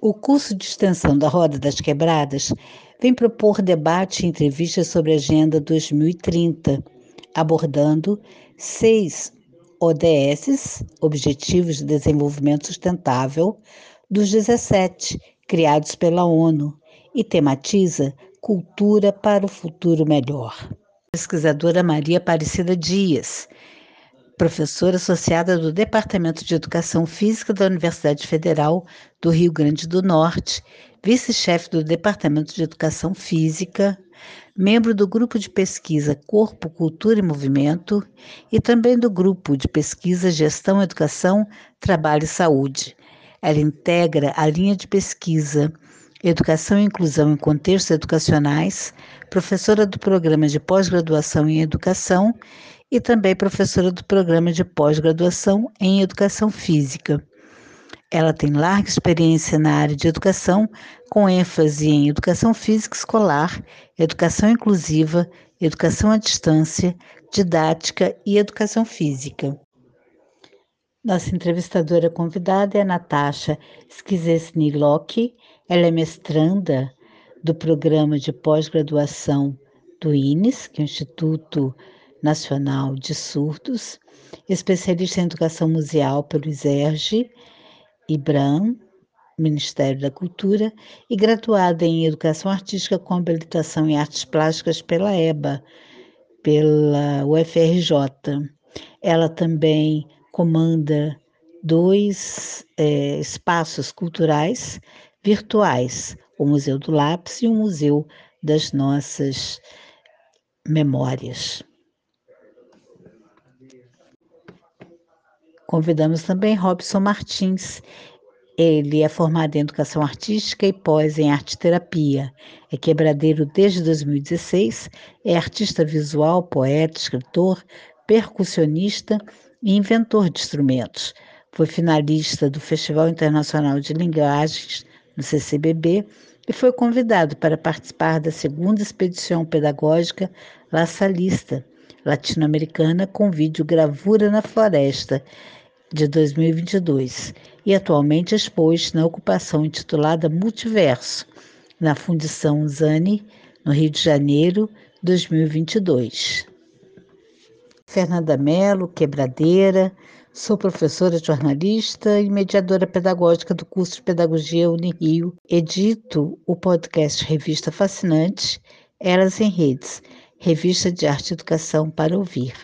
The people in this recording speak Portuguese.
O curso de extensão da Roda das Quebradas vem propor debate e entrevistas sobre a Agenda 2030, abordando 6 ODS, Objetivos de Desenvolvimento Sustentável, dos 17 criados pela ONU, e tematiza Cultura para o Futuro Melhor. Pesquisadora Maria Aparecida Dias, professora associada do Departamento de Educação Física da Universidade Federal do Rio Grande do Norte, vice-chefe do Departamento de Educação Física, membro do Grupo de Pesquisa Corpo, Cultura e Movimento e também do Grupo de Pesquisa Gestão, Educação, Trabalho e Saúde. Ela integra a linha de pesquisa Educação e Inclusão em Contextos Educacionais, professora do Programa de Pós-Graduação em Educação e também professora do Programa de Pós-Graduação em Educação Física. Ela tem larga experiência na área de educação, com ênfase em educação física escolar, educação inclusiva, educação à distância, didática e educação física. Nossa entrevistadora convidada é a Natasha Skizesny-Locke. Ela é mestranda do Programa de Pós-Graduação do INES, que é o Instituto Nacional de Surdos, especialista em Educação Museal pelo ISERJ, IBRAM, Ministério da Cultura, e graduada em Educação Artística com habilitação em Artes Plásticas pela EBA, pela UFRJ. Ela também comanda 2 espaços culturais virtuais, o Museu do Lápis e o Museu das Nossas Memórias. Convidamos também Robson Martins. Ele é formado em Educação Artística e pós em Arte-Terapia. É quebradeiro desde 2016, é artista visual, poeta, escritor, percussionista e inventor de instrumentos. Foi finalista do Festival Internacional de Linguagens, no CCBB, e foi convidado para participar da segunda expedição pedagógica La Salista, latino-americana, com vídeo Gravura na Floresta, de 2022, e atualmente expôs na ocupação intitulada Multiverso, na Fundição Zani, no Rio de Janeiro, 2022. Fernanda Mello, quebradeira, sou professora, jornalista e mediadora pedagógica do curso de Pedagogia Unirio. Edito o podcast Revista Fascinante, Elas em Redes, revista de arte e educação para ouvir.